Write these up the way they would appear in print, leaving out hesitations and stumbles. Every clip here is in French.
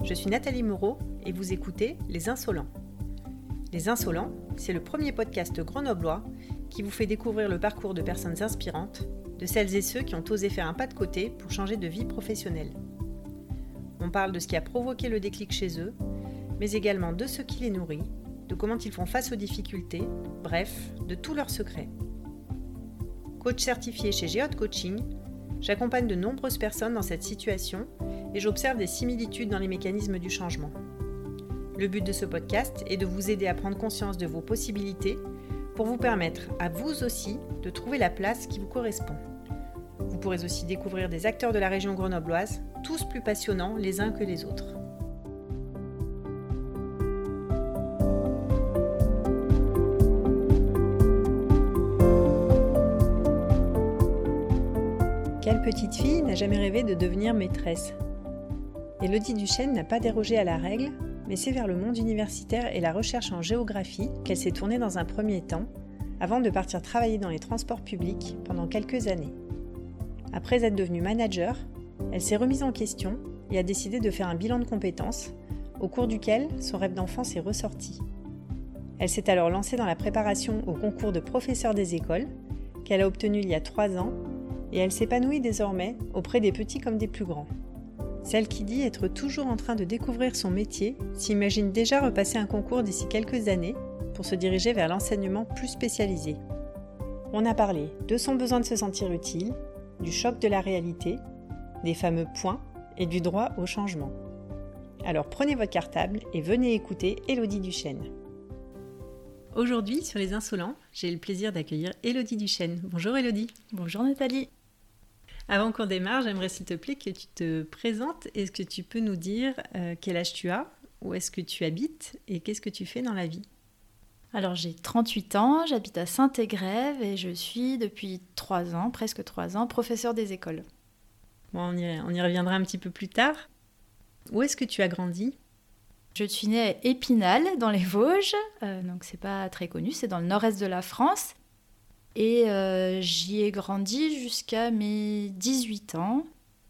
Je suis Nathalie Moreau et vous écoutez Les Insolents. Les Insolents, c'est le premier podcast grenoblois qui vous fait découvrir le parcours de personnes inspirantes, de celles et ceux qui ont osé faire un pas de côté pour changer de vie professionnelle. On parle de ce qui a provoqué le déclic chez eux, mais également de ce qui les nourrit, de comment ils font face aux difficultés, bref, de tous leurs secrets. Coach certifié chez Géode Coaching, j'accompagne de nombreuses personnes dans cette situation et j'observe des similitudes dans les mécanismes du changement. Le but de ce podcast est de vous aider à prendre conscience de vos possibilités pour vous permettre à vous aussi de trouver la place qui vous correspond. Vous pourrez aussi découvrir des acteurs de la région grenobloise, tous plus passionnants les uns que les autres. Quelle petite fille n'a jamais rêvé de devenir maîtresse ? Élodie Duchesne n'a pas dérogé à la règle, mais c'est vers le monde universitaire et la recherche en géographie qu'elle s'est tournée dans un premier temps, avant de partir travailler dans les transports publics pendant quelques années. Après être devenue manager, elle s'est remise en question et a décidé de faire un bilan de compétences, au cours duquel son rêve d'enfance est ressorti. Elle s'est alors lancée dans la préparation au concours de professeur des écoles, qu'elle a obtenu il y a 3 ans, et elle s'épanouit désormais auprès des petits comme des plus grands. Celle qui dit être toujours en train de découvrir son métier s'imagine déjà repasser un concours d'ici quelques années pour se diriger vers l'enseignement plus spécialisé. On a parlé de son besoin de se sentir utile, du choc de la réalité, des fameux points et du droit au changement. Alors prenez votre cartable et venez écouter Élodie Duchesne. Aujourd'hui, sur Les Insolents, j'ai le plaisir d'accueillir Élodie Duchesne. Bonjour Élodie. Bonjour Nathalie. Avant qu'on démarre, j'aimerais s'il te plaît que tu te présentes. Est-ce que tu peux nous dire quel âge tu as, où est-ce que tu habites et qu'est-ce que tu fais dans la vie ? Alors j'ai 38 ans, j'habite à Saint-Égrève et je suis depuis 3 ans, presque 3 ans, professeure des écoles. Bon, on y reviendra un petit peu plus tard. Où est-ce que tu as grandi ? Je suis née à Épinal, dans les Vosges, donc c'est pas très connu, c'est dans le nord-est de la France. Et j'y ai grandi jusqu'à mes 18 ans.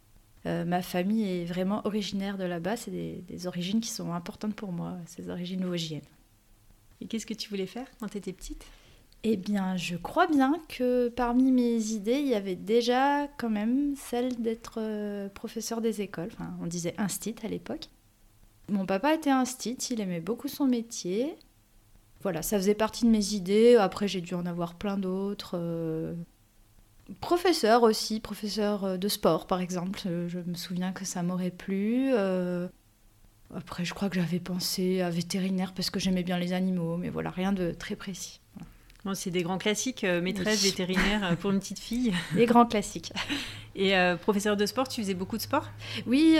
Ma famille est vraiment originaire de là-bas, c'est des origines qui sont importantes pour moi, ces origines vosgiennes. Et qu'est-ce que tu voulais faire quand tu étais petite ? Eh bien, je crois bien que parmi mes idées, il y avait déjà quand même celle d'être professeur des écoles. Enfin, on disait instit à l'époque. Mon papa était instit, il aimait beaucoup son métier. Voilà, ça faisait partie de mes idées. Après, j'ai dû en avoir plein d'autres. Professeur aussi, professeur de sport, par exemple. Je me souviens que ça m'aurait plu. Après, je crois que j'avais pensé à vétérinaire parce que j'aimais bien les animaux. Mais voilà, rien de très précis. Voilà. Bon, c'est des grands classiques, maîtresse, oui. Vétérinaire pour une petite fille. Des grands classiques. Et professeur de sport, tu faisais beaucoup de sport ? Oui,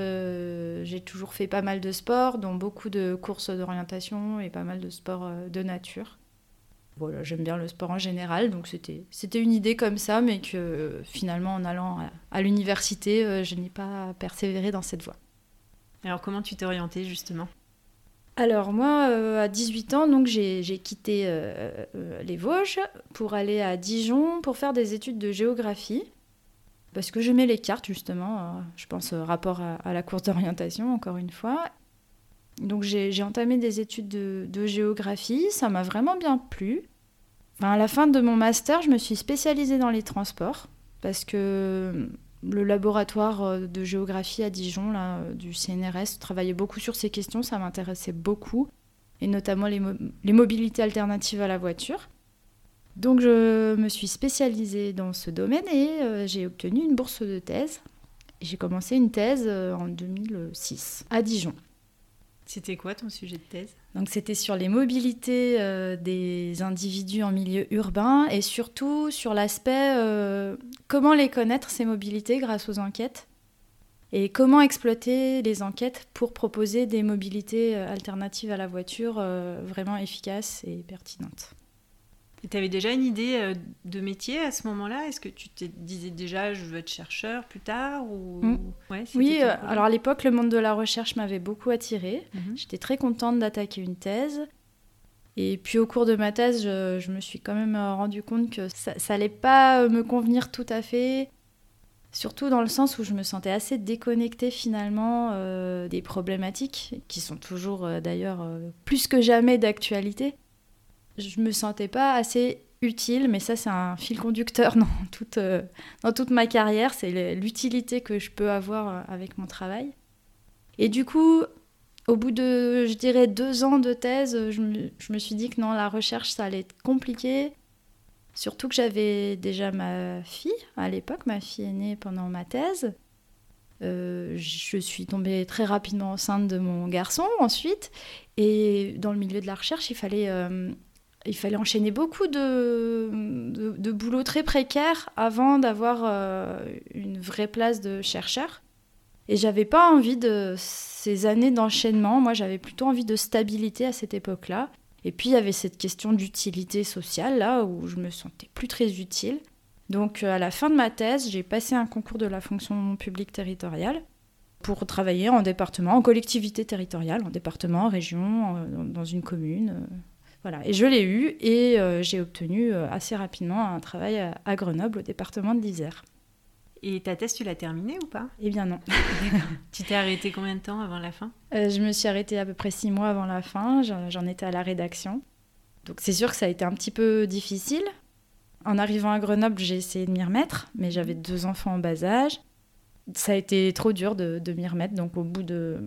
j'ai toujours fait pas mal de sport, dont beaucoup de courses d'orientation et pas mal de sports de nature. Voilà, j'aime bien le sport en général, donc c'était une idée comme ça, mais que finalement, en allant à l'université, je n'ai pas persévéré dans cette voie. Alors, comment tu t'es orientée, justement ? Alors moi, à 18 ans, donc, j'ai quitté les Vosges pour aller à Dijon pour faire des études de géographie. Parce que j'aimais les cartes, justement, je pense rapport à la course d'orientation, encore une fois. Donc j'ai entamé des études de géographie, ça m'a vraiment bien plu. Enfin, à la fin de mon master, je me suis spécialisée dans les transports, parce que le laboratoire de géographie à Dijon, là, du CNRS, travaillait beaucoup sur ces questions, ça m'intéressait beaucoup, et notamment les mobilités alternatives à la voiture. Donc je me suis spécialisée dans ce domaine et j'ai obtenu une bourse de thèse. J'ai commencé une thèse en 2006 à Dijon. C'était quoi ton sujet de thèse ? Donc c'était sur les mobilités des individus en milieu urbain et surtout sur l'aspect comment les connaître ces mobilités grâce aux enquêtes et comment exploiter les enquêtes pour proposer des mobilités alternatives à la voiture vraiment efficaces et pertinentes. Et tu avais déjà une idée de métier à ce moment-là ? Est-ce que tu te disais déjà je veux être chercheur plus tard ou... Ouais, oui, alors à l'époque, le monde de la recherche m'avait beaucoup attirée. J'étais très contente d'attaquer une thèse. Et puis au cours de ma thèse, je me suis quand même rendu compte que ça n'allait pas me convenir tout à fait. Surtout dans le sens où je me sentais assez déconnectée finalement des problématiques qui sont toujours d'ailleurs plus que jamais d'actualité. Je me sentais pas assez utile, mais ça c'est un fil conducteur dans toute ma carrière, c'est l'utilité que je peux avoir avec mon travail. Et du coup, au bout de, je dirais, 2 ans de thèse, je me suis dit que non, la recherche ça allait être compliqué. Surtout que j'avais déjà ma fille, à l'époque, ma fille est née pendant ma thèse. Je suis tombée très rapidement enceinte de mon garçon ensuite. Et dans le milieu de la recherche, il fallait enchaîner beaucoup de boulot très précaire avant d'avoir une vraie place de chercheur. Et j'avais pas envie de ces années d'enchaînement. Moi, j'avais plutôt envie de stabilité à cette époque-là. Et puis, il y avait cette question d'utilité sociale, là, où je me sentais plus très utile. Donc, à la fin de ma thèse, j'ai passé un concours de la fonction publique territoriale pour travailler en département, en collectivité territoriale, en département, en région, dans une commune. Voilà. Et je l'ai eu et j'ai obtenu assez rapidement un travail à Grenoble, au département de l'Isère. Et ta thèse, tu l'as terminée ou pas ? Eh bien non. Tu t'es arrêtée combien de temps avant la fin ? Je me suis arrêtée à peu près 6 mois avant la fin. J'en étais à la rédaction. Donc c'est sûr que ça a été un petit peu difficile. En arrivant à Grenoble, j'ai essayé de m'y remettre, mais j'avais 2 enfants en bas âge. Ça a été trop dur de m'y remettre. Donc au bout de,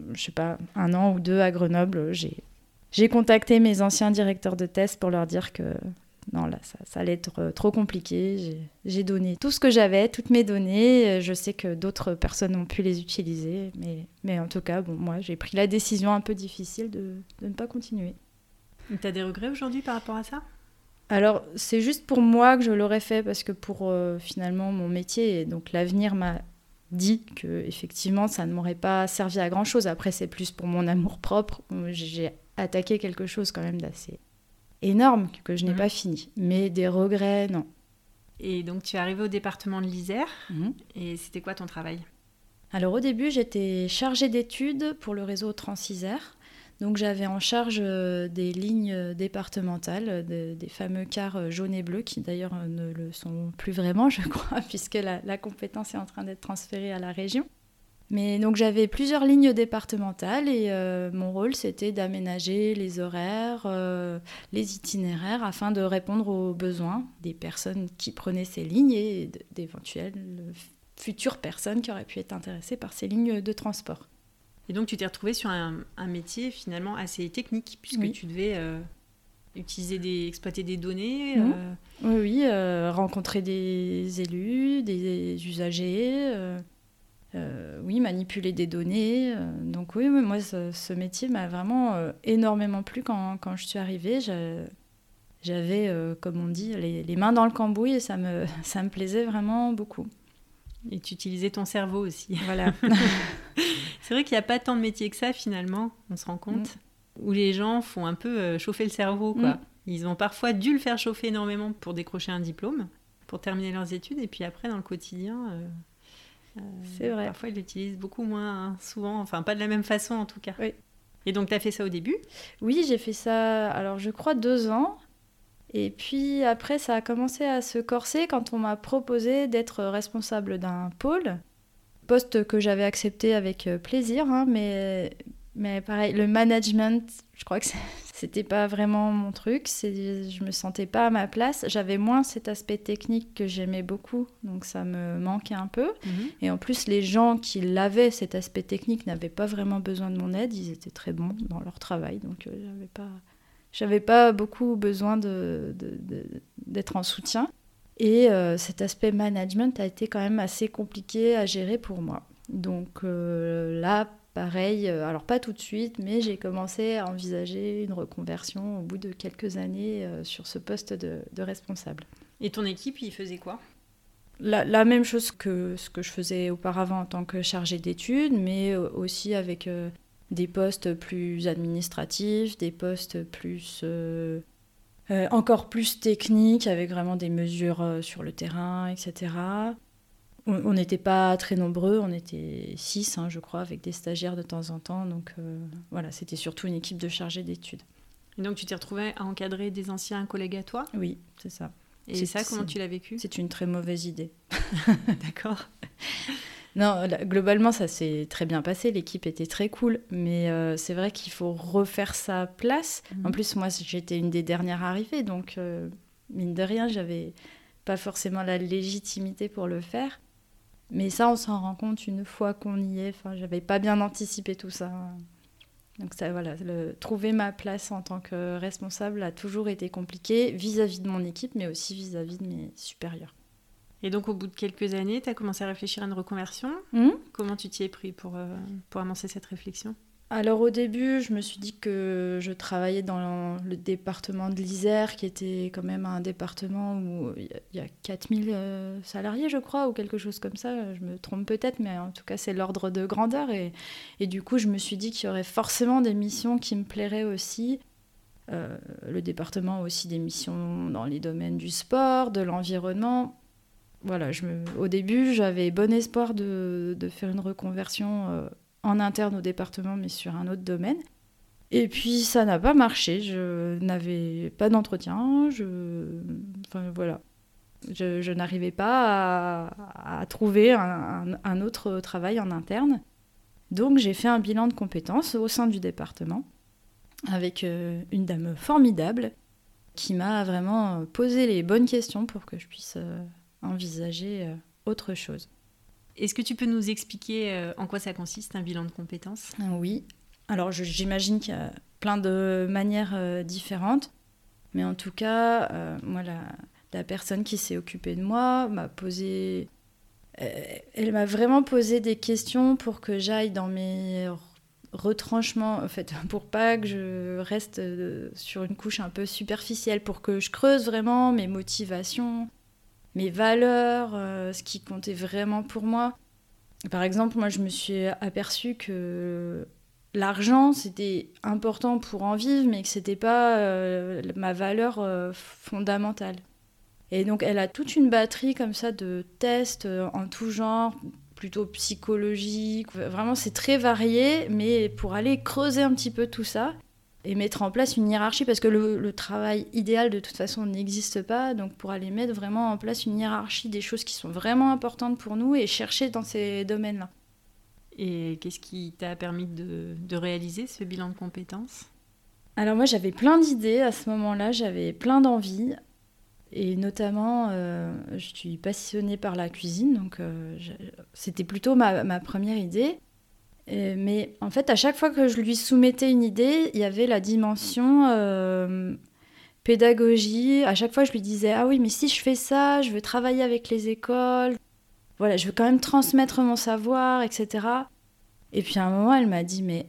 1 an ou 2 à Grenoble, j'ai contacté mes anciens directeurs de thèse pour leur dire que non, là, ça allait être trop compliqué. J'ai donné tout ce que j'avais, toutes mes données. Je sais que d'autres personnes ont pu les utiliser. Mais en tout cas, moi, j'ai pris la décision un peu difficile de ne pas continuer. Tu as des regrets aujourd'hui par rapport à ça ? Alors, c'est juste pour moi que je l'aurais fait parce que pour finalement mon métier, donc l'avenir m'a dit que effectivement, ça ne m'aurait pas servi à grand-chose. Après, c'est plus pour mon amour-propre. J'ai attaqué quelque chose quand même d'assez énorme que je n'ai pas fini. Mais des regrets, non. Et donc, tu es arrivée au département de l'Isère. Et c'était quoi ton travail ? Alors, au début, j'étais chargée d'études pour le réseau Transisère. Donc, j'avais en charge des lignes départementales, des fameux cars jaunes et bleus, qui d'ailleurs ne le sont plus vraiment, je crois, puisque la compétence est en train d'être transférée à la région. Mais donc j'avais plusieurs lignes départementales et mon rôle c'était d'aménager les horaires, les itinéraires afin de répondre aux besoins des personnes qui prenaient ces lignes et d'éventuelles futures personnes qui auraient pu être intéressées par ces lignes de transport. Et donc tu t'es retrouvée sur un métier finalement assez technique puisque tu devais exploiter des données. Oui, rencontrer des élus, des usagers. Manipuler des données. Donc oui, moi, ce métier m'a vraiment énormément plu quand je suis arrivée. J'avais, comme on dit, les mains dans le cambouis et ça me plaisait vraiment beaucoup. Et tu utilisais ton cerveau aussi. Voilà. C'est vrai qu'il n'y a pas tant de métiers que ça, finalement, on se rend compte, où les gens font un peu chauffer le cerveau, quoi. Ils ont parfois dû le faire chauffer énormément pour décrocher un diplôme, pour terminer leurs études, et puis après, dans le quotidien... c'est vrai. Parfois, ils l'utilisent beaucoup moins souvent, enfin pas de la même façon en tout cas. Oui. Et donc, tu as fait ça au début ? Oui, j'ai fait ça, alors je crois 2 ans. Et puis après, ça a commencé à se corser quand on m'a proposé d'être responsable d'un pôle. Poste que j'avais accepté avec plaisir, mais pareil, le management, je crois que c'était pas vraiment mon truc. Je me sentais pas à ma place. J'avais moins cet aspect technique que j'aimais beaucoup, donc ça me manquait un peu. Et en plus, les gens qui l'avaient, cet aspect technique, n'avaient pas vraiment besoin de mon aide. Ils étaient très bons dans leur travail, donc j'avais pas beaucoup besoin d'être en soutien. Et cet aspect management a été quand même assez compliqué à gérer pour moi. Donc là, pareil, alors pas tout de suite, mais j'ai commencé à envisager une reconversion au bout de quelques années sur ce poste de responsable. Et ton équipe, il faisait quoi ? La même chose que ce que je faisais auparavant en tant que chargée d'études, mais aussi avec des postes plus administratifs, des postes plus... encore plus techniques, avec vraiment des mesures sur le terrain, etc. On n'était pas très nombreux, on était 6, je crois, avec des stagiaires de temps en temps. Donc voilà, c'était surtout une équipe de chargés d'études. Et donc tu t'es retrouvée à encadrer des anciens collègues à toi ? Oui, c'est ça. Et ça, comment tu l'as vécu ? C'est une très mauvaise idée. D'accord. Non, globalement, ça s'est très bien passé. L'équipe était très cool. Mais c'est vrai qu'il faut refaire sa place. En plus, moi, j'étais une des dernières arrivées. Donc, mine de rien, j'avais pas forcément la légitimité pour le faire. Mais ça, on s'en rend compte une fois qu'on y est. Enfin, j'avais pas bien anticipé tout ça. Donc ça, voilà, trouver ma place en tant que responsable a toujours été compliqué vis-à-vis de mon équipe, mais aussi vis-à-vis de mes supérieurs. Et donc, au bout de quelques années, tu as commencé à réfléchir à une reconversion. Comment tu t'y es pris pour amorcer cette réflexion ? Alors, au début, je me suis dit que je travaillais dans le département de l'Isère, qui était quand même un département où il y a 4000 salariés, je crois, ou quelque chose comme ça. Je me trompe peut-être, mais en tout cas, c'est l'ordre de grandeur. Et du coup, je me suis dit qu'il y aurait forcément des missions qui me plairaient aussi. Le département a aussi des missions dans les domaines du sport, de l'environnement. Voilà, au début, j'avais bon espoir de faire une reconversion en interne au département, mais sur un autre domaine. Et puis, ça n'a pas marché. Je n'avais pas d'entretien. Enfin, voilà. Je n'arrivais pas à trouver un autre travail en interne. Donc, j'ai fait un bilan de compétences au sein du département avec une dame formidable qui m'a vraiment posé les bonnes questions pour que je puisse envisager autre chose. Est-ce que tu peux nous expliquer en quoi ça consiste, un bilan de compétences ? Oui. Alors, j'imagine qu'il y a plein de manières différentes. Mais en tout cas, moi, la personne qui s'est occupée de moi m'a posé... elle m'a vraiment posé des questions pour que j'aille dans mes retranchements, en fait, pour pas que je reste sur une couche un peu superficielle, pour que je creuse vraiment mes motivations, mes valeurs, ce qui comptait vraiment pour moi. Par exemple, moi, je me suis aperçue que l'argent, c'était important pour en vivre, mais que c'était pas ma valeur fondamentale. Et donc, elle a toute une batterie comme ça de tests en tout genre, plutôt psychologiques. Vraiment, c'est très varié, mais pour aller creuser un petit peu tout ça et mettre en place une hiérarchie, parce que le travail idéal, de toute façon, n'existe pas. Donc, pour aller mettre vraiment en place une hiérarchie des choses qui sont vraiment importantes pour nous et chercher dans ces domaines-là. Et qu'est-ce qui t'a permis de réaliser ce bilan de compétences ? Alors moi, j'avais plein d'idées à ce moment-là, j'avais plein d'envies. Et notamment, je suis passionnée par la cuisine, donc c'était plutôt ma première idée. Mais en fait, à chaque fois que je lui soumettais une idée, il y avait la dimension pédagogie. À chaque fois, je lui disais « Ah oui, mais si je fais ça, je veux travailler avec les écoles. Voilà, je veux quand même transmettre mon savoir, etc. » Et puis à un moment, elle m'a dit « Mais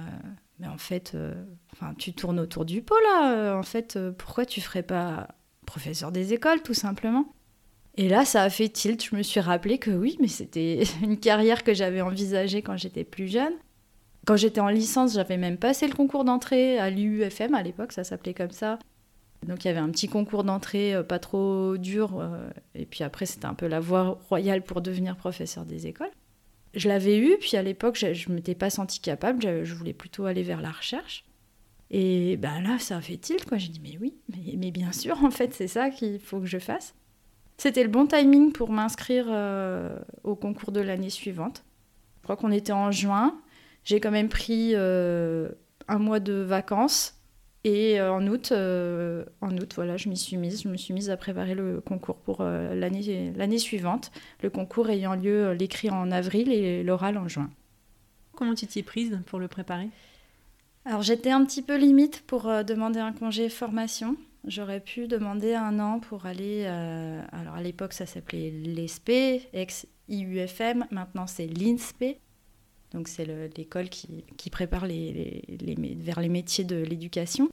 en fait, tu tournes autour du pot là. En fait, pourquoi tu ferais pas professeur des écoles, tout simplement ?» Et là, ça a fait tilt. Je me suis rappelé que oui, mais c'était une carrière que j'avais envisagée quand j'étais plus jeune. Quand j'étais en licence, j'avais même passé le concours d'entrée à l'IUFM, à l'époque, ça s'appelait comme ça. Donc il y avait un petit concours d'entrée pas trop dur. Et puis après, c'était un peu la voie royale pour devenir professeur des écoles. Je l'avais eu, puis à l'époque, je ne m'étais pas sentie capable. Je voulais plutôt aller vers la recherche. Et ben là, ça a fait tilt, quoi. J'ai dit, mais oui, mais bien sûr, en fait, c'est ça qu'il faut que je fasse. C'était le bon timing pour m'inscrire au concours de l'année suivante. Je crois qu'on était en juin. J'ai quand même pris un mois de vacances. Et en août, voilà, je me suis mise à préparer le concours pour l'année suivante. Le concours ayant lieu, l'écrit en avril et l'oral en juin. Comment tu t'y es prise pour le préparer ? Alors j'étais un petit peu limite pour demander un congé formation. J'aurais pu demander 1 an pour aller... alors à l'époque, ça s'appelait l'ESP, ex-IUFM. Maintenant, c'est l'INSPE. Donc c'est l'école qui prépare vers les métiers de l'éducation.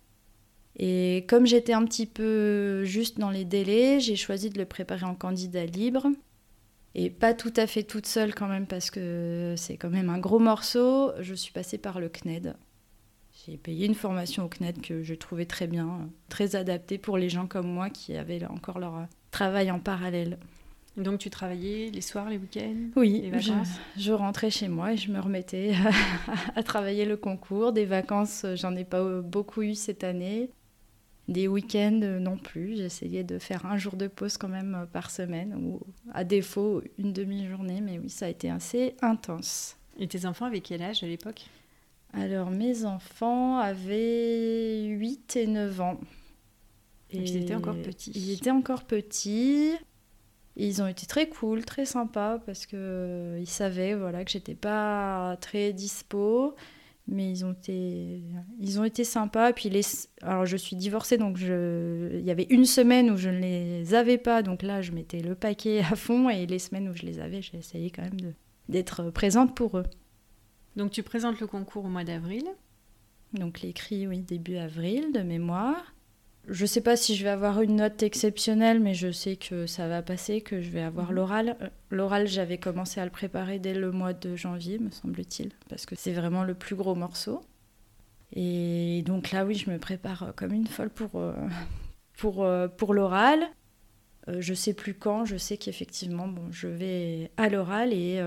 Et comme j'étais un petit peu juste dans les délais, j'ai choisi de le préparer en candidat libre. Et pas tout à fait toute seule quand même, parce que c'est quand même un gros morceau. Je suis passée par le CNED. J'ai payé une formation au CNED que je trouvais très bien, très adaptée pour les gens comme moi qui avaient encore leur travail en parallèle. Donc tu travaillais les soirs, les week-ends, oui, les vacances ? Je rentrais chez moi et je me remettais à travailler le concours. Des vacances, j'en ai pas beaucoup eu cette année. Des week-ends non plus. J'essayais de faire un jour de pause quand même par semaine, ou à défaut une demi-journée. Mais oui, ça a été assez intense. Et tes enfants avaient quel âge à l'époque ? Alors, mes enfants avaient 8 et 9 ans. Et ils étaient encore petits. Ils étaient encore petits. Ils ont été très cool, très sympas, parce qu'ils savaient voilà, que j'étais pas très dispo. Mais ils ont été sympas. Puis alors, je suis divorcée, donc il y avait une semaine où je ne les avais pas. Donc là, je mettais le paquet à fond. Et les semaines où je les avais, j'ai essayé quand même d'être présente pour eux. Donc tu présentes le concours au mois d'avril. Donc l'écrit, oui, début avril, de mémoire. Je ne sais pas si je vais avoir une note exceptionnelle, mais je sais que ça va passer, que je vais avoir l'oral. L'oral, j'avais commencé à le préparer dès le mois de janvier, me semble-t-il, parce que c'est vraiment le plus gros morceau. Et donc là, oui, je me prépare comme une folle pour l'oral. Je ne sais plus quand, je sais qu'effectivement, je vais à l'oral et...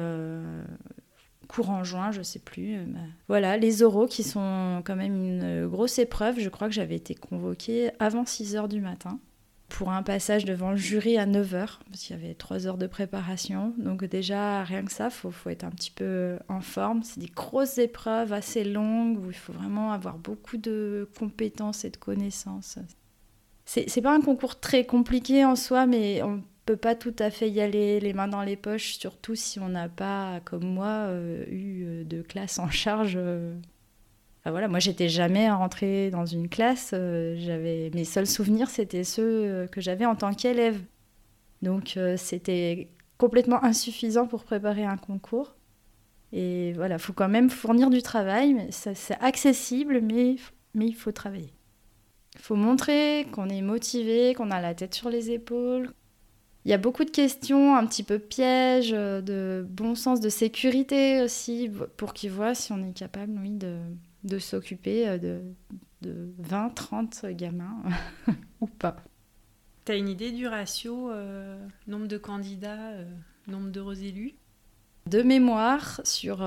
courant juin, je sais plus. Voilà, les oraux qui sont quand même une grosse épreuve. Je crois que j'avais été convoquée avant 6h du matin pour un passage devant le jury à 9h, parce qu'il y avait 3 heures de préparation. Donc déjà, rien que ça, faut être un petit peu en forme. C'est des grosses épreuves assez longues où il faut vraiment avoir beaucoup de compétences et de connaissances. C'est pas un concours très compliqué en soi, mais on peut pas tout à fait y aller les mains dans les poches, surtout si on n'a pas, comme moi, eu de classe en charge. Enfin, voilà, moi, j'étais jamais rentrée dans une classe. Mes seuls souvenirs, c'était ceux que j'avais en tant qu'élève. Donc, c'était complètement insuffisant pour préparer un concours. Et voilà, il faut quand même fournir du travail. Mais c'est accessible, mais il faut travailler. Il faut montrer qu'on est motivé, qu'on a la tête sur les épaules. Il y a beaucoup de questions un petit peu pièges, de bon sens, de sécurité aussi, pour qu'ils voient si on est capable, oui, de s'occuper de 20, 30 gamins ou pas. T'as une idée du ratio, nombre de candidats, nombre d'heureux élus ? De mémoire, sur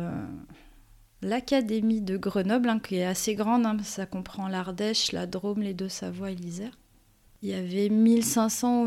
l'Académie de Grenoble, qui est assez grande, ça comprend l'Ardèche, la Drôme, les Deux-Savoie et l'Isère. Il y avait 1500 ou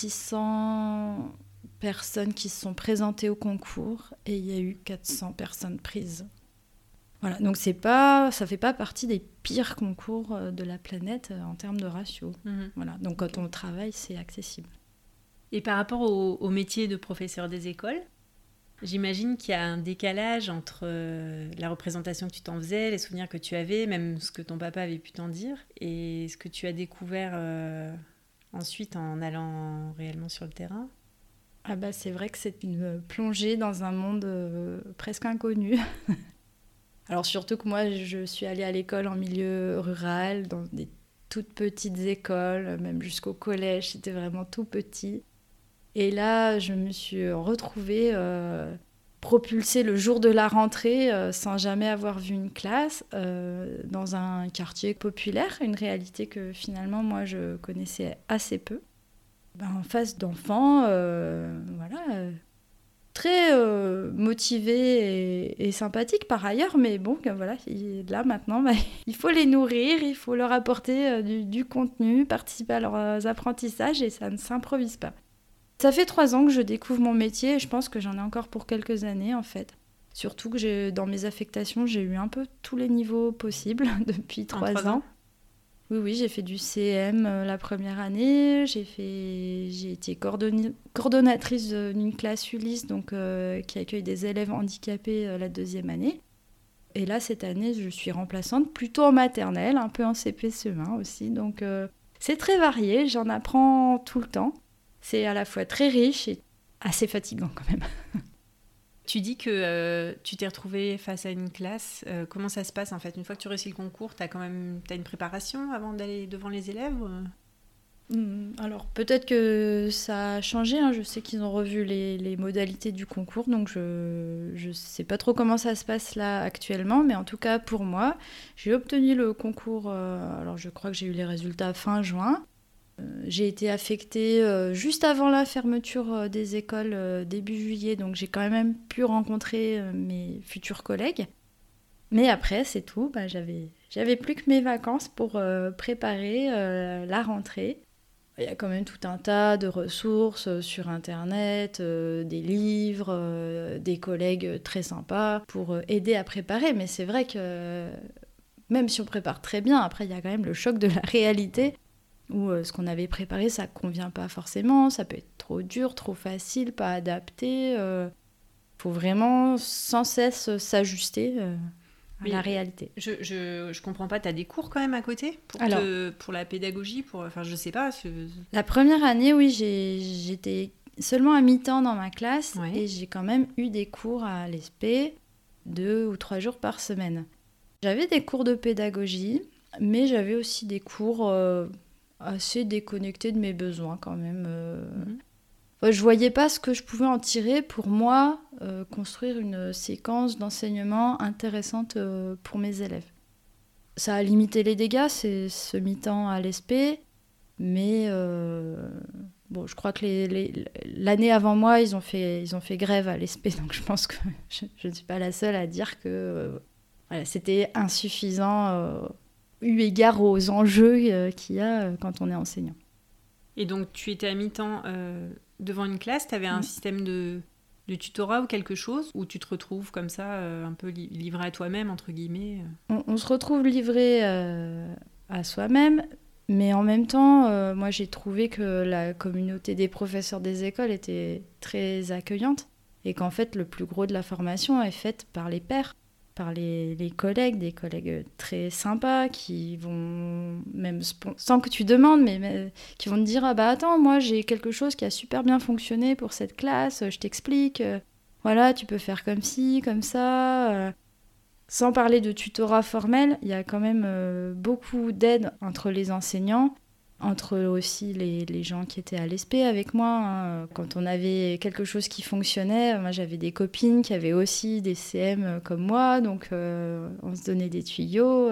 1600 personnes qui se sont présentées au concours et il y a eu 400 personnes prises. Voilà, donc ça fait pas partie des pires concours de la planète en termes de ratio. Voilà, donc quand on travaille, c'est accessible. Et par rapport au métier de professeur des écoles, j'imagine qu'il y a un décalage entre la représentation que tu t'en faisais, les souvenirs que tu avais, même ce que ton papa avait pu t'en dire, et ce que tu as découvert ensuite en allant réellement sur le terrain. Ah bah c'est vrai que c'est une plongée dans un monde presque inconnu. Alors surtout que moi, je suis allée à l'école en milieu rural, dans des toutes petites écoles, même jusqu'au collège, c'était vraiment tout petit. Et là, je me suis retrouvée propulsée le jour de la rentrée, sans jamais avoir vu une classe, dans un quartier populaire, une réalité que finalement, moi, je connaissais assez peu. En face d'enfants, très motivés et sympathiques par ailleurs, mais bon, voilà, là maintenant, il faut les nourrir, il faut leur apporter du contenu, participer à leurs apprentissages, et ça ne s'improvise pas. Ça fait 3 ans que je découvre mon métier et je pense que j'en ai encore pour quelques années en fait. Surtout que dans mes affectations, j'ai eu un peu tous les niveaux possibles depuis 3 ans. Oui, j'ai fait du CM la première année, j'ai été coordonnatrice d'une classe Ulysse donc, qui accueille des élèves handicapés la 2e année. Et là, cette année, je suis remplaçante plutôt en maternelle, un peu en CP-CE1 aussi. Donc c'est très varié, j'en apprends tout le temps. C'est à la fois très riche et assez fatigant quand même. Tu dis que tu t'es retrouvée face à une classe. Comment ça se passe en fait ? Une fois que tu réussis le concours, t'as une préparation avant d'aller devant les élèves ? Alors peut-être que ça a changé. Je sais qu'ils ont revu les modalités du concours, donc je sais pas trop comment ça se passe là actuellement. Mais en tout cas pour moi, j'ai obtenu le concours. Alors je crois que j'ai eu les résultats fin juin. J'ai été affectée juste avant la fermeture des écoles début juillet, donc j'ai quand même pu rencontrer mes futurs collègues. Mais après, c'est tout. J'avais plus que mes vacances pour préparer la rentrée. Il y a quand même tout un tas de ressources sur Internet, des livres, des collègues très sympas pour aider à préparer. Mais c'est vrai que même si on prépare très bien, après, il y a quand même le choc de la réalité où ce qu'on avait préparé, ça ne convient pas forcément. Ça peut être trop dur, trop facile, pas adapté. Faut vraiment sans cesse s'ajuster à la réalité. Je comprends pas, tu as des cours quand même à côté pour la pédagogie enfin, je sais pas. La première année, oui, j'étais seulement à mi-temps dans ma classe et j'ai quand même eu des cours à l'ESP 2 ou 3 jours par semaine. J'avais des cours de pédagogie, mais j'avais aussi des cours assez déconnectés de mes besoins quand même. Je voyais pas ce que je pouvais en tirer pour moi, construire une séquence d'enseignement intéressante pour mes élèves. Ça a limité les dégâts, c'est ce mi-temps à l'ESP, mais je crois que l'année avant moi, ils ont fait grève à l'ESP, donc je pense que je ne suis pas la seule à dire que c'était insuffisant eu égard aux enjeux qu'il y a quand on est enseignant. Et donc tu étais à mi-temps devant une classe, tu avais un système de tutorat ou quelque chose, où tu te retrouves comme ça, un peu livré à toi-même, entre guillemets on se retrouve livré à soi-même, mais en même temps, moi j'ai trouvé que la communauté des professeurs des écoles était très accueillante, et qu'en fait le plus gros de la formation est faite par les pairs, par les collègues, des collègues très sympas qui vont, même sans que tu demandes, mais qui vont te dire « Ah bah attends, moi j'ai quelque chose qui a super bien fonctionné pour cette classe, je t'explique, voilà, tu peux faire comme ci, comme ça. » Sans parler de tutorat formel, il y a quand même beaucoup d'aide entre les enseignants, entre aussi les gens qui étaient à l'ESP avec moi. Quand on avait quelque chose qui fonctionnait, moi j'avais des copines qui avaient aussi des CM comme moi, donc on se donnait des tuyaux.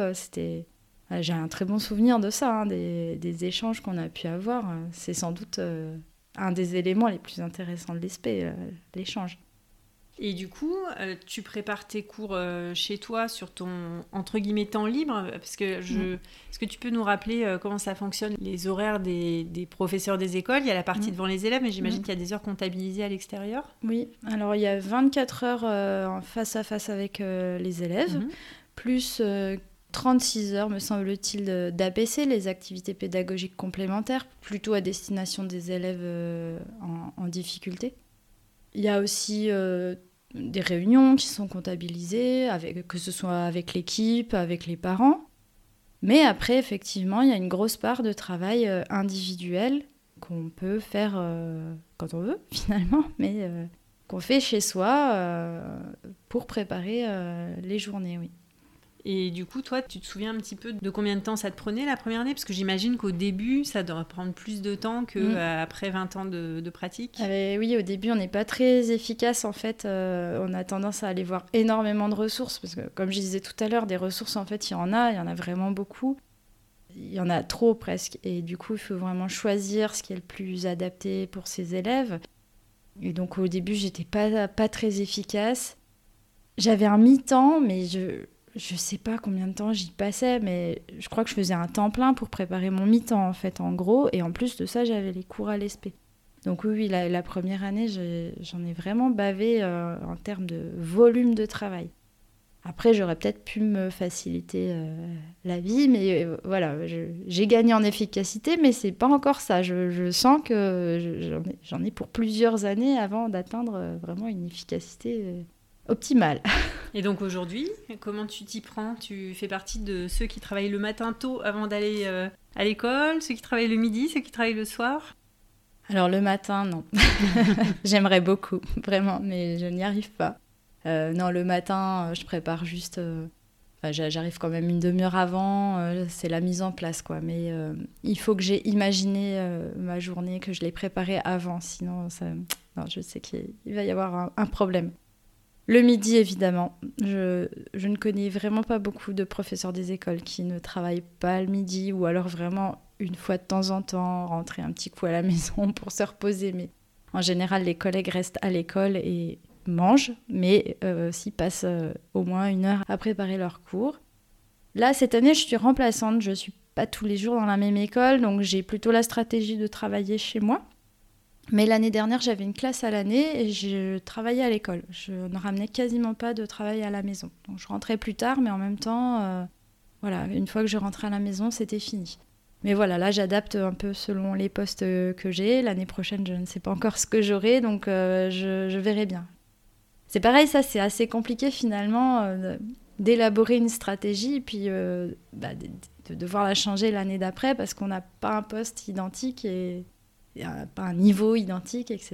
J'ai un très bon souvenir de ça, des échanges qu'on a pu avoir. C'est sans doute un des éléments les plus intéressants de l'ESP, l'échange. Et du coup, tu prépares tes cours chez toi sur ton, entre guillemets, temps libre, parce que est-ce que tu peux nous rappeler comment ça fonctionne, les horaires des professeurs des écoles? Il y a la partie devant les élèves, mais j'imagine qu'il y a des heures comptabilisées à l'extérieur. Oui, alors il y a 24 heures en face à face avec les élèves, plus 36 heures, me semble-t-il, d'APC, les activités pédagogiques complémentaires, plutôt à destination des élèves en difficulté. Il y a aussi des réunions qui sont comptabilisées, que ce soit avec l'équipe, avec les parents. Mais après, effectivement, il y a une grosse part de travail individuel qu'on peut faire quand on veut, finalement, mais qu'on fait chez soi pour préparer les journées, oui. Et du coup, toi, tu te souviens un petit peu de combien de temps ça te prenait la première année? Parce que j'imagine qu'au début, ça doit prendre plus de temps qu'après 20 ans de pratique. Oui, au début, on n'est pas très efficace, en fait. On a tendance à aller voir énormément de ressources, parce que, comme je disais tout à l'heure, des ressources, en fait, il y en a vraiment beaucoup. Il y en a trop, presque. Et du coup, il faut vraiment choisir ce qui est le plus adapté pour ses élèves. Et donc, au début, j'étais pas très efficace. J'avais un mi-temps, mais je sais pas combien de temps j'y passais, mais je crois que je faisais un temps plein pour préparer mon mi-temps, en fait, en gros. Et en plus de ça, j'avais les cours à l'ESP. Donc oui, la première année, j'en ai vraiment bavé en termes de volume de travail. Après, j'aurais peut-être pu me faciliter la vie, mais voilà, j'ai gagné en efficacité, mais c'est pas encore ça. Je sens que j'en ai pour plusieurs années avant d'atteindre vraiment une efficacité optimale. Et donc aujourd'hui, comment tu t'y prends? Tu fais partie de ceux qui travaillent le matin tôt avant d'aller à l'école, ceux qui travaillent le midi, ceux qui travaillent le soir? Alors le matin, non. J'aimerais beaucoup, vraiment, mais je n'y arrive pas. Non, le matin, je prépare juste... j'arrive quand même une demi-heure avant, c'est la mise en place, quoi. Mais il faut que j'ai imaginé ma journée, que je l'ai préparée avant, sinon non, je sais qu'il va y avoir un problème. Le midi, évidemment. Je ne connais vraiment pas beaucoup de professeurs des écoles qui ne travaillent pas le midi, ou alors vraiment une fois de temps en temps, rentrer un petit coup à la maison pour se reposer. Mais en général, les collègues restent à l'école et mangent, mais s'ils passent au moins 1 heure à préparer leur cours. Là, cette année, je suis remplaçante. Je ne suis pas tous les jours dans la même école, donc j'ai plutôt la stratégie de travailler chez moi. Mais l'année dernière, j'avais une classe à l'année et je travaillais à l'école. Je ne ramenais quasiment pas de travail à la maison. Donc je rentrais plus tard, mais en même temps, une fois que je rentrais à la maison, c'était fini. Mais voilà, là, j'adapte un peu selon les postes que j'ai. L'année prochaine, je ne sais pas encore ce que j'aurai, donc je verrai bien. C'est pareil, ça, c'est assez compliqué finalement d'élaborer une stratégie et puis de devoir la changer l'année d'après parce qu'on n'a pas un poste identique et pas un niveau identique, etc.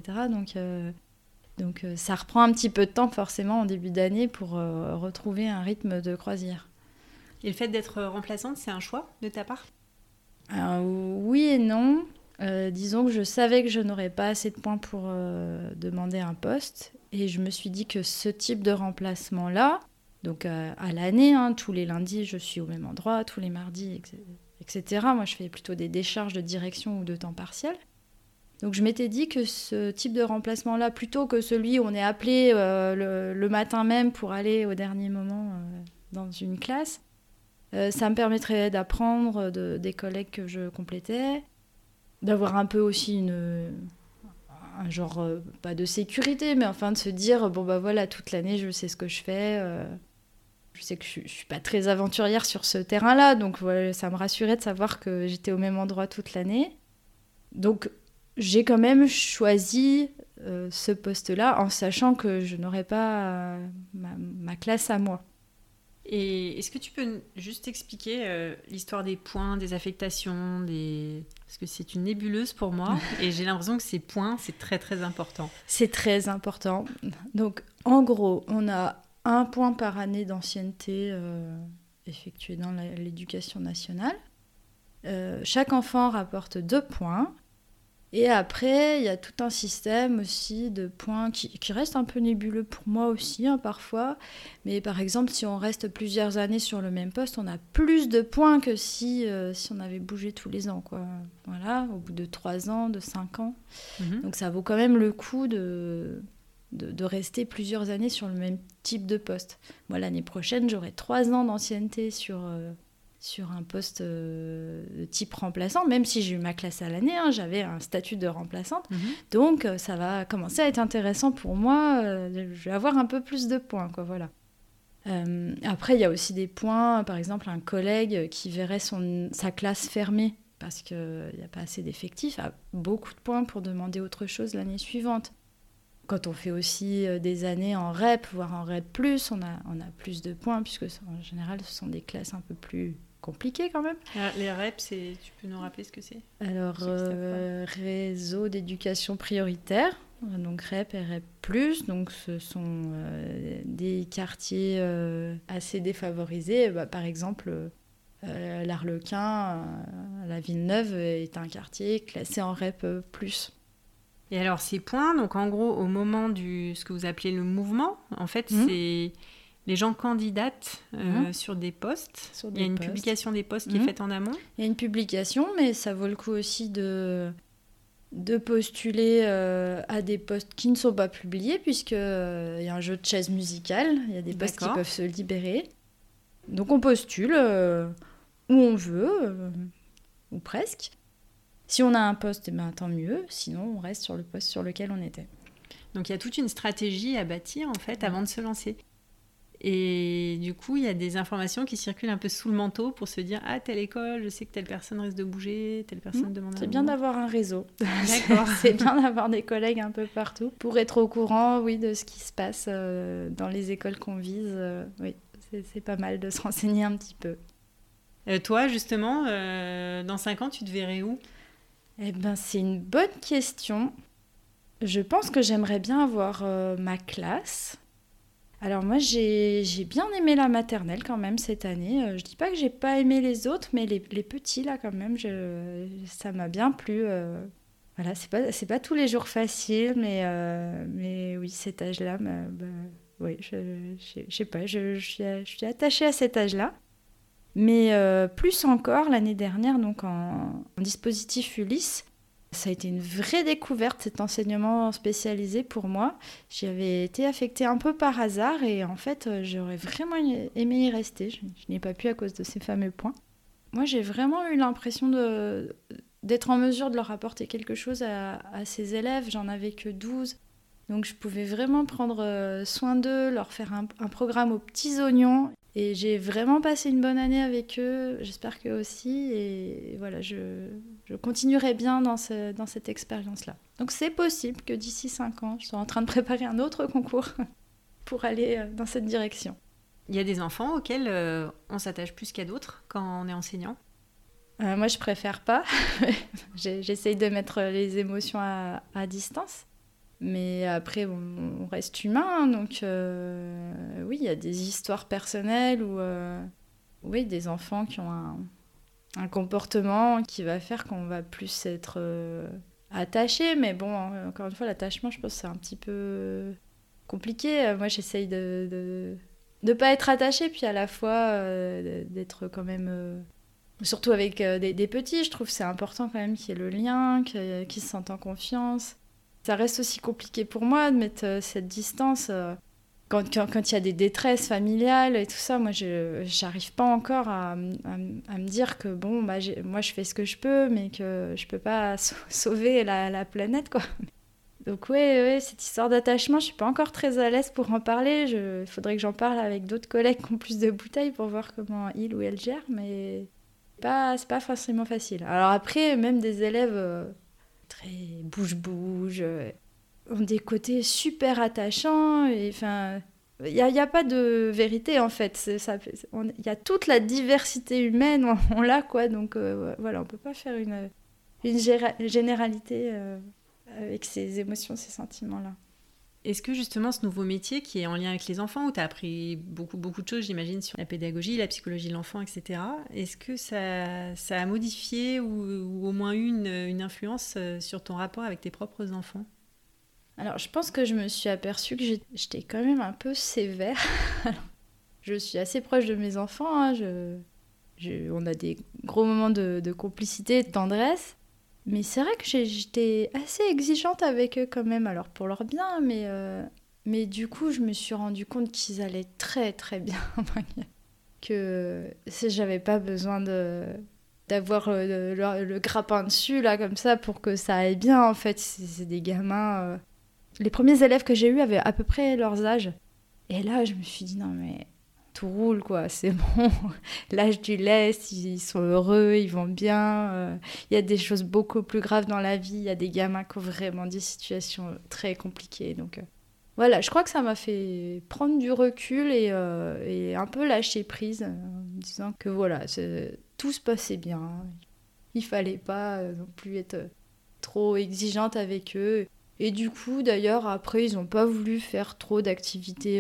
Donc ça reprend un petit peu de temps forcément en début d'année pour retrouver un rythme de croisière. Et le fait d'être remplaçante, c'est un choix de ta part ? Alors, oui et non. Disons que je savais que je n'aurais pas assez de points pour demander un poste et je me suis dit que ce type de remplacement-là, donc à l'année, tous les lundis je suis au même endroit, tous les mardis, etc. Moi je fais plutôt des décharges de direction ou de temps partiel. Donc je m'étais dit que ce type de remplacement-là, plutôt que celui où on est appelé le matin même pour aller au dernier moment dans une classe, ça me permettrait d'apprendre des collègues que je complétais, d'avoir un peu aussi un genre, pas de sécurité, mais enfin de se dire, toute l'année je sais ce que je fais. Je sais que je suis pas très aventurière sur ce terrain-là, donc voilà, ça me rassurait de savoir que j'étais au même endroit toute l'année. Donc j'ai quand même choisi ce poste-là en sachant que je n'aurais pas ma classe à moi. Et est-ce que tu peux juste expliquer l'histoire des points, des affectations, parce que c'est une nébuleuse pour moi et j'ai l'impression que ces points, c'est très très important. C'est très important. Donc en gros, on a 1 point par année d'ancienneté effectuée dans l'éducation nationale. Chaque enfant rapporte 2 points. Et après, il y a tout un système aussi de points qui reste un peu nébuleux pour moi aussi, parfois. Mais par exemple, si on reste plusieurs années sur le même poste, on a plus de points que si on avait bougé tous les ans, quoi. Voilà, au bout de 3 ans, de 5 ans. Mmh. Donc ça vaut quand même le coup de rester plusieurs années sur le même type de poste. Moi, l'année prochaine, j'aurai 3 ans d'ancienneté sur un poste de type remplaçant, même si j'ai eu ma classe à l'année, j'avais un statut de remplaçante. Mmh. Donc, ça va commencer à être intéressant pour moi. Je vais avoir un peu plus de points, quoi, voilà. Après, il y a aussi des points, par exemple, un collègue qui verrait sa classe fermée parce qu'il n'y a pas assez d'effectifs, a beaucoup de points pour demander autre chose l'année suivante. Quand on fait aussi des années en REP, voire en REP+, on a plus de points, puisque en général, ce sont des classes un peu plus compliquées quand même. Alors, les REP, tu peux nous rappeler ce que c'est ? Alors, réseau d'éducation prioritaire, donc REP et REP+, donc ce sont des quartiers assez défavorisés. Par exemple, l'Arlequin, la Villeneuve, est un quartier classé en REP+. Et alors ces points, donc en gros au moment ce que vous appelez le mouvement, en fait c'est les gens candidatent sur des postes. Il y a une publication des postes qui est faite en amont. Il y a une publication, mais ça vaut le coup aussi de postuler à des postes qui ne sont pas publiés, puisqu'il y a un jeu de chaises musicales, il y a des postes qui peuvent se libérer. Donc on postule où on veut, ou presque. Si on a un poste, tant mieux. Sinon, on reste sur le poste sur lequel on était. Donc, il y a toute une stratégie à bâtir, en fait, avant de se lancer. Et du coup, il y a des informations qui circulent un peu sous le manteau pour se dire « Ah, telle école, je sais que telle personne risque de bouger, telle personne demande un C'est bien d'avoir un réseau. D'accord. C'est bien d'avoir des collègues un peu partout pour être au courant, de ce qui se passe dans les écoles qu'on vise. Oui, c'est pas mal de se renseigner un petit peu. Toi, justement, dans 5 ans, tu te verrais où ? C'est une bonne question. Je pense que j'aimerais bien avoir ma classe. Alors moi, j'ai bien aimé la maternelle quand même cette année. Je dis pas que j'ai pas aimé les autres, mais les petits là quand même, ça m'a bien plu. Voilà, c'est pas tous les jours facile, mais oui, cet âge-là, oui, je sais pas, je suis attachée à cet âge-là. Mais plus encore, l'année dernière, donc en dispositif Ulysse, Ça a été une vraie découverte, cet enseignement spécialisé pour moi. J'y avais été affectée un peu par hasard et en fait, j'aurais vraiment aimé y rester. Je n'ai pas pu à cause de ces fameux points. Moi, j'ai vraiment eu l'impression d'être en mesure de leur apporter quelque chose à ces élèves. J'en avais que 12. Donc, je pouvais vraiment prendre soin d'eux, leur faire un programme aux petits oignons. Et j'ai vraiment passé une bonne année avec eux, j'espère qu'eux aussi. Et voilà, je continuerai bien dans cette expérience-là. Donc c'est possible que d'ici 5 ans, je sois en train de préparer un autre concours pour aller dans cette direction. Il y a des enfants auxquels on s'attache plus qu'à d'autres quand on est enseignant ? Moi, je préfère pas. J'essaye de mettre les émotions à distance. Mais après, on reste humain, donc oui, il y a des histoires personnelles ou oui, des enfants qui ont un comportement qui va faire qu'on va plus être attaché. Mais bon, encore une fois, l'attachement, je pense que c'est un petit peu compliqué. Moi, j'essaye de pas être attachée, puis à la fois d'être quand même... surtout avec des petits, je trouve que c'est important quand même qu'il y ait le lien, qu'ils se sentent en confiance. Ça reste aussi compliqué pour moi de mettre cette distance. Quand il y a des détresses familiales et tout ça, moi, je n'arrive pas encore à me dire que, bon, bah, moi, je fais ce que je peux, mais que je ne peux pas sauver la planète, quoi. Donc, ouais, cette histoire d'attachement, je ne suis pas encore très à l'aise pour en parler. Il faudrait que j'en parle avec d'autres collègues qui ont plus de bouteilles pour voir comment ils ou elles gèrent, mais c'est pas forcément facile. Alors après, même des élèves... très bouge-bouge, ont des côtés super attachants. Enfin, il n'y a pas de vérité, en fait. Il y a toute la diversité humaine, on l'a, quoi. Donc, voilà, on ne peut pas faire une généralité avec ces émotions, ces sentiments-là. Est-ce que justement ce nouveau métier qui est en lien avec les enfants, où tu as appris beaucoup de choses, j'imagine, sur la pédagogie, la psychologie de l'enfant, etc., est-ce que ça a modifié ou au moins eu une influence sur ton rapport avec tes propres enfants ? Alors, je pense que je me suis aperçue que j'étais quand même un peu sévère. Je suis assez proche de mes enfants, hein. On a des gros moments de complicité, de tendresse. Mais c'est vrai que j'étais assez exigeante avec eux quand même, alors pour leur bien, mais du coup, je me suis rendu compte qu'ils allaient très très bien. Que j'avais pas besoin d'avoir le grappin dessus, là, comme ça, pour que ça aille bien, en fait. C'est des gamins... Les premiers élèves que j'ai eus avaient à peu près leurs âges. Et là, je me suis dit, non mais... tout roule, quoi, c'est bon. L'âge du lest, ils sont heureux, ils vont bien. Il y a des choses beaucoup plus graves dans la vie. Il y a des gamins qui ont vraiment des situations très compliquées. Donc voilà, je crois que ça m'a fait prendre du recul et un peu lâcher prise en me disant que voilà, tout se passait bien. Il fallait pas non plus être trop exigeante avec eux. Et du coup, d'ailleurs, après, ils n'ont pas voulu faire trop d'activités...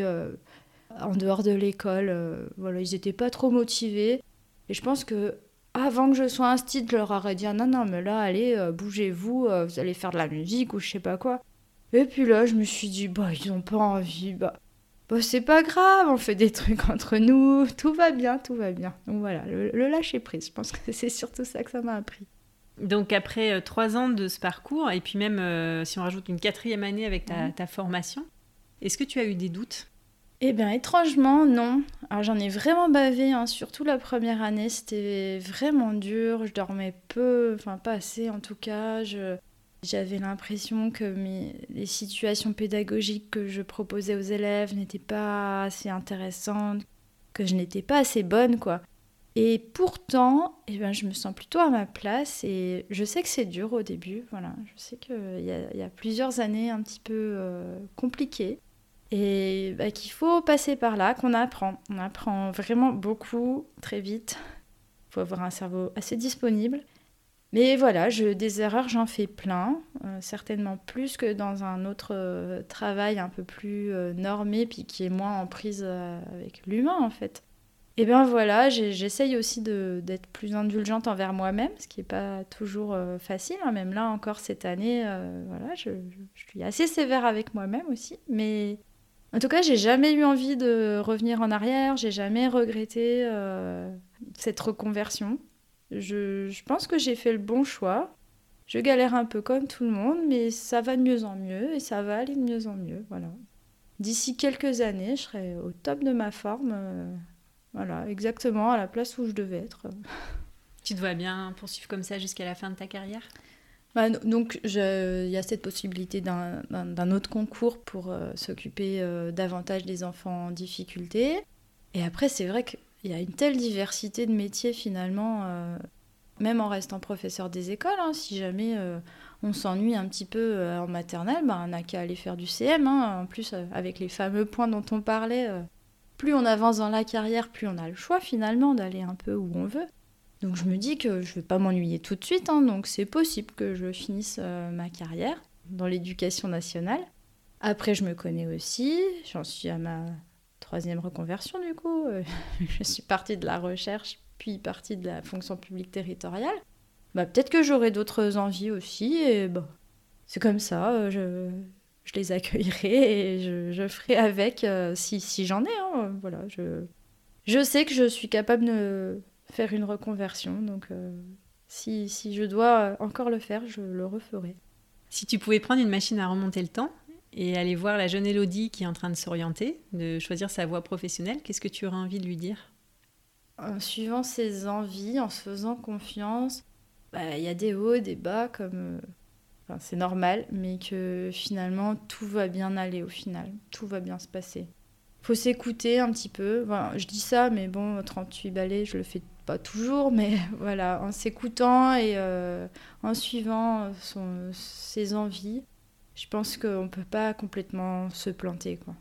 en dehors de l'école, voilà, ils n'étaient pas trop motivés. Et je pense que avant que je sois instite, je leur aurais dit non, mais là, allez, bougez-vous, vous allez faire de la musique ou je sais pas quoi. Et puis là, je me suis dit, ils n'ont pas envie, c'est pas grave, on fait des trucs entre nous, tout va bien. Donc voilà, le lâcher prise, je pense que c'est surtout ça que ça m'a appris. Donc après 3 ans de ce parcours, et puis même si on rajoute une 4e année avec ta formation, est-ce que tu as eu des doutes ? Eh bien, étrangement, non. Alors, j'en ai vraiment bavé, hein. Surtout la première année, c'était vraiment dur. Je dormais peu, enfin pas assez en tout cas. J'avais l'impression que les situations pédagogiques que je proposais aux élèves n'étaient pas assez intéressantes, que je n'étais pas assez bonne, quoi. Et pourtant, je me sens plutôt à ma place et je sais que c'est dur au début. Voilà. Je sais qu'il y a plusieurs années un petit peu compliquées. Et qu'il faut passer par là, qu'on apprend. On apprend vraiment beaucoup, très vite. Il faut avoir un cerveau assez disponible. Mais voilà, des erreurs, j'en fais plein. Certainement plus que dans un autre travail un peu plus normé, puis qui est moins en prise avec l'humain, en fait. Et bien voilà, j'essaye aussi d'être plus indulgente envers moi-même, ce qui n'est pas toujours facile. Hein. Même là, encore cette année, voilà, je suis assez sévère avec moi-même aussi. Mais... en tout cas, j'ai jamais eu envie de revenir en arrière, j'ai jamais regretté cette reconversion. Je pense que j'ai fait le bon choix. Je galère un peu comme tout le monde, mais ça va de mieux en mieux et ça va aller de mieux en mieux. Voilà. D'ici quelques années, je serai au top de ma forme. Voilà, exactement à la place où je devais être. Tu te vois bien poursuivre comme ça jusqu'à la fin de ta carrière ? Donc, il y a cette possibilité d'un autre concours pour s'occuper davantage des enfants en difficulté. Et après, c'est vrai qu'il y a une telle diversité de métiers finalement, même en restant professeur des écoles. Si jamais on s'ennuie un petit peu en maternelle, on n'a qu'à aller faire du CM. En plus, avec les fameux points dont on parlait, plus on avance dans la carrière, plus on a le choix finalement d'aller un peu où on veut. Donc je me dis que je ne vais pas m'ennuyer tout de suite, donc c'est possible que je finisse ma carrière dans l'éducation nationale. Après, je me connais aussi, j'en suis à ma 3e reconversion du coup. Je suis partie de la recherche, puis partie de la fonction publique territoriale. Peut-être que j'aurai d'autres envies aussi, et c'est comme ça, je les accueillerai et je ferai avec si j'en ai. Voilà, je sais que je suis capable de faire une reconversion, donc si je dois encore le faire, je le referai. Si tu pouvais prendre une machine à remonter le temps et aller voir la jeune Élodie qui est en train de s'orienter, de choisir sa voie professionnelle, qu'est-ce que tu aurais envie de lui dire ? En suivant ses envies, en se faisant confiance, y a des hauts, des bas, c'est normal, mais que finalement tout va bien aller au final, tout va bien se passer. Faut s'écouter un petit peu. Je dis ça, mais 38 balais, je le fais pas toujours, mais voilà, en s'écoutant et en suivant ses envies, je pense qu'on peut pas complètement se planter, quoi.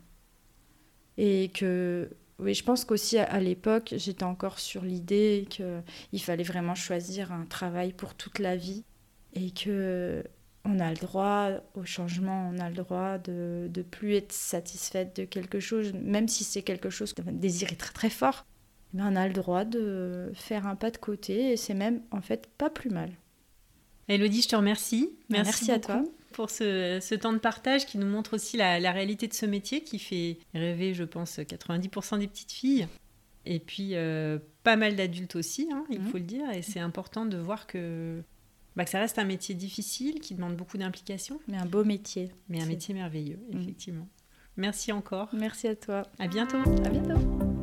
Et que, oui, je pense qu'aussi à l'époque, j'étais encore sur l'idée qu'il fallait vraiment choisir un travail pour toute la vie et que on a le droit au changement, on a le droit de plus être satisfaite de quelque chose, même si c'est quelque chose qu'on désire très très fort. On a le droit de faire un pas de côté et c'est même en fait pas plus mal. Élodie, je te remercie. Merci à toi pour ce temps de partage qui nous montre aussi la réalité de ce métier qui fait rêver, je pense, 90% des petites filles. Et puis pas mal d'adultes aussi, il faut le dire. Et c'est important de voir que ça reste un métier difficile, qui demande beaucoup d'implication. Mais un beau métier. Mais un métier merveilleux, effectivement. Merci encore. Merci à toi. À bientôt. À bientôt.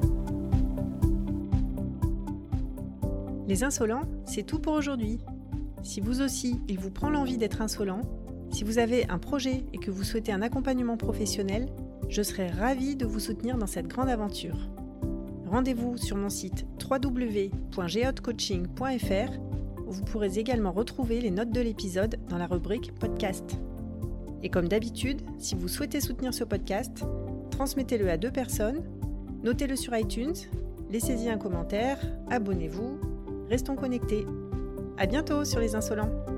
Les insolents, c'est tout pour aujourd'hui. Si vous aussi, il vous prend l'envie d'être insolent, si vous avez un projet et que vous souhaitez un accompagnement professionnel, je serai ravie de vous soutenir dans cette grande aventure. Rendez-vous sur mon site www.geotcoaching.fr où vous pourrez également retrouver les notes de l'épisode dans la rubrique podcast. Et comme d'habitude, si vous souhaitez soutenir ce podcast, transmettez-le à 2 personnes, notez-le sur iTunes, laissez-y un commentaire, abonnez-vous, restons connectés. À bientôt sur Les Insolents.